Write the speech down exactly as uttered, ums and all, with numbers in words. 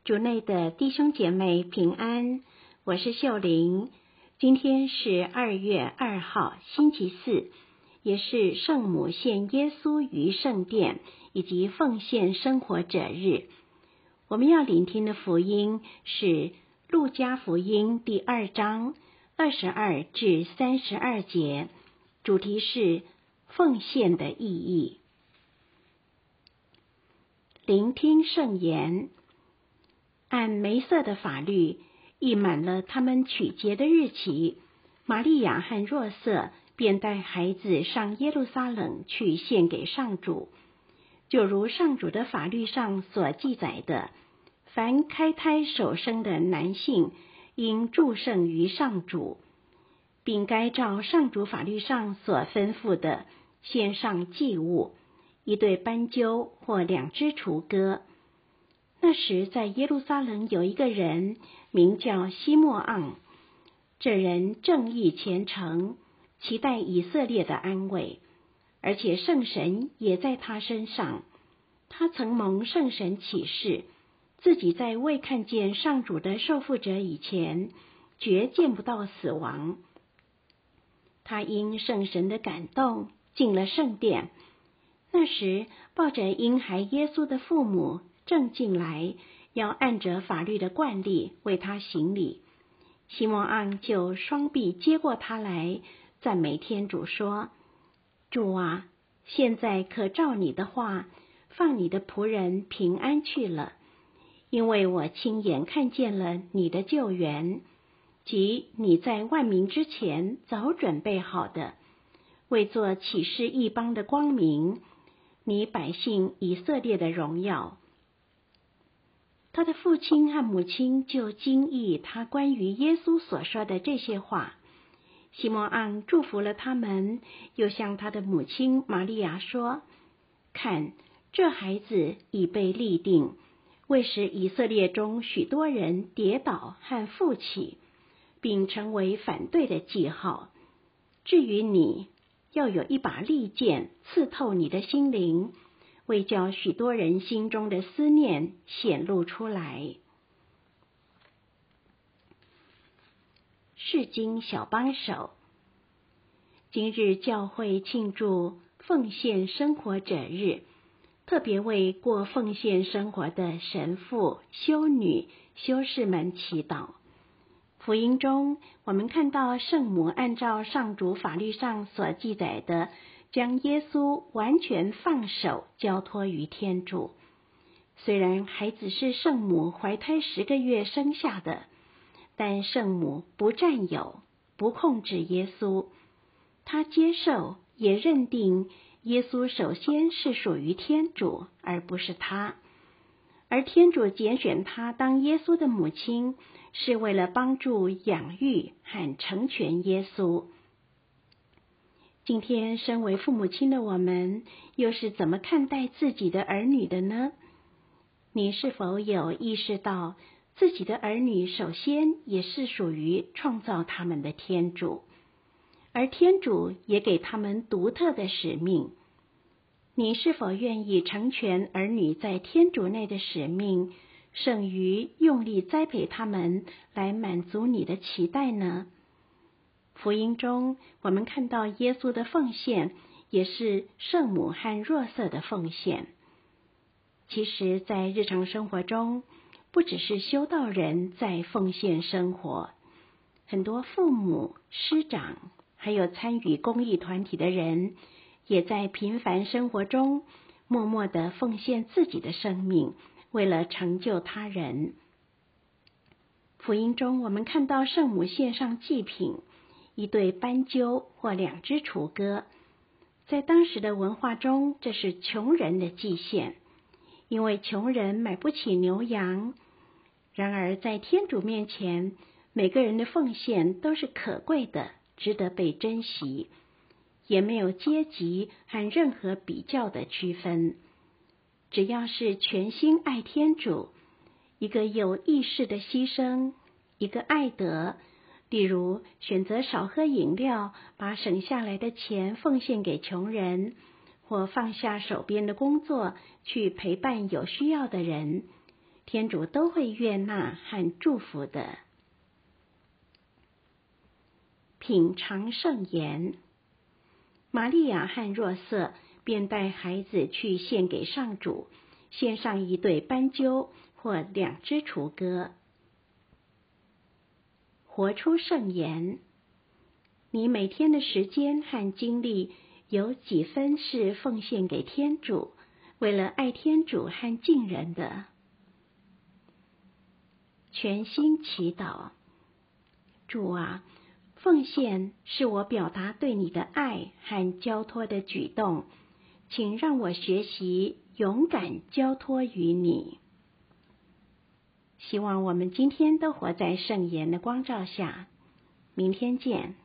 主内的弟兄姐妹平安，我是秀玲。今天是二月二号，星期四，也是圣母献耶稣于圣殿以及奉献生活者日。我们要聆听的福音是路加福音第二章二十二至三十二节，主题是奉献的意义。聆听圣言。按梅瑟的法律，一满了他们取节的日期，玛利亚和若瑟便带孩子上耶路撒冷去献给上主。就如上主的法律上所记载的，凡开胎首生的男性，应祝圣于上主，并该照上主法律上所吩咐的，献上祭物，一对斑鸠或两只雏鸽。那时在耶路撒冷有一个人，名叫西莫盎，这人正义虔诚，期待以色列的安慰，而且圣神也在他身上。他曾蒙圣神启示，自己在未看见上主的受傅者以前，绝见不到死亡。他因圣神的感动进了圣殿，那时抱着婴孩耶稣的父母正进来，要按着法律的惯例为他行礼。西莫盎就双臂接过他来，赞美天主说：主啊，现在可照你的话，放你的仆人平安去了，因为我亲眼看见了你的救援，即你在万民之前早准备好的，为作启示异邦的光明，你百姓以色列的荣耀。他的父亲和母亲就惊异他关于耶稣所说的这些话。西莫盎祝福了他们，又向他的母亲玛利亚说：看，这孩子已被立定，为使以色列中许多人跌倒和复起，并成为反对的记号。至于你，要有一把利剑刺透你的心灵，为叫许多人心中的思念显露出来。释经小帮手。今日教会庆祝奉献生活者日，特别为过奉献生活的神父、修女、修士们祈祷。福音中，我们看到圣母按照上主法律上所记载的，将耶稣完全放手交托于天主。虽然孩子是圣母怀胎十个月生下的，但圣母不占有、不控制耶稣，她接受也认定耶稣首先是属于天主，而不是他。而天主拣选她当耶稣的母亲，是为了帮助养育和成全耶稣。今天身为父母亲的我们，又是怎么看待自己的儿女的呢？你是否有意识到自己的儿女首先也是属于创造他们的天主，而天主也给他们独特的使命？你是否愿意成全儿女在天主内的使命，胜于用力栽培他们来满足你的期待呢？福音中，我们看到耶稣的奉献，也是圣母和若瑟的奉献。其实，在日常生活中，不只是修道人在奉献生活，很多父母、师长，还有参与公益团体的人，也在平凡生活中默默地奉献自己的生命，为了成就他人。福音中，我们看到圣母献上祭品，一对斑鸠或两只雏鸽。在当时的文化中，这是穷人的祭献，因为穷人买不起牛羊。然而在天主面前，每个人的奉献都是可贵的，值得被珍惜，也没有阶级和任何比较的区分。只要是全心爱天主，一个有意识的牺牲，一个爱德，例如选择少喝饮料，把省下来的钱奉献给穷人，或放下手边的工作去陪伴有需要的人， 天主都会悦纳和祝福的。品尝圣言，玛利亚和若瑟便带孩子去献给上主，献上一对斑鸠或两只雏鸽。活出圣言，你每天的时间和精力有几分是奉献给天主，为了爱天主和敬人的？全心祈祷，主啊，奉献是我表达对你的爱和交托的举动，请让我学习勇敢交托于你。希望我们今天都活在圣言的光照下，明天见。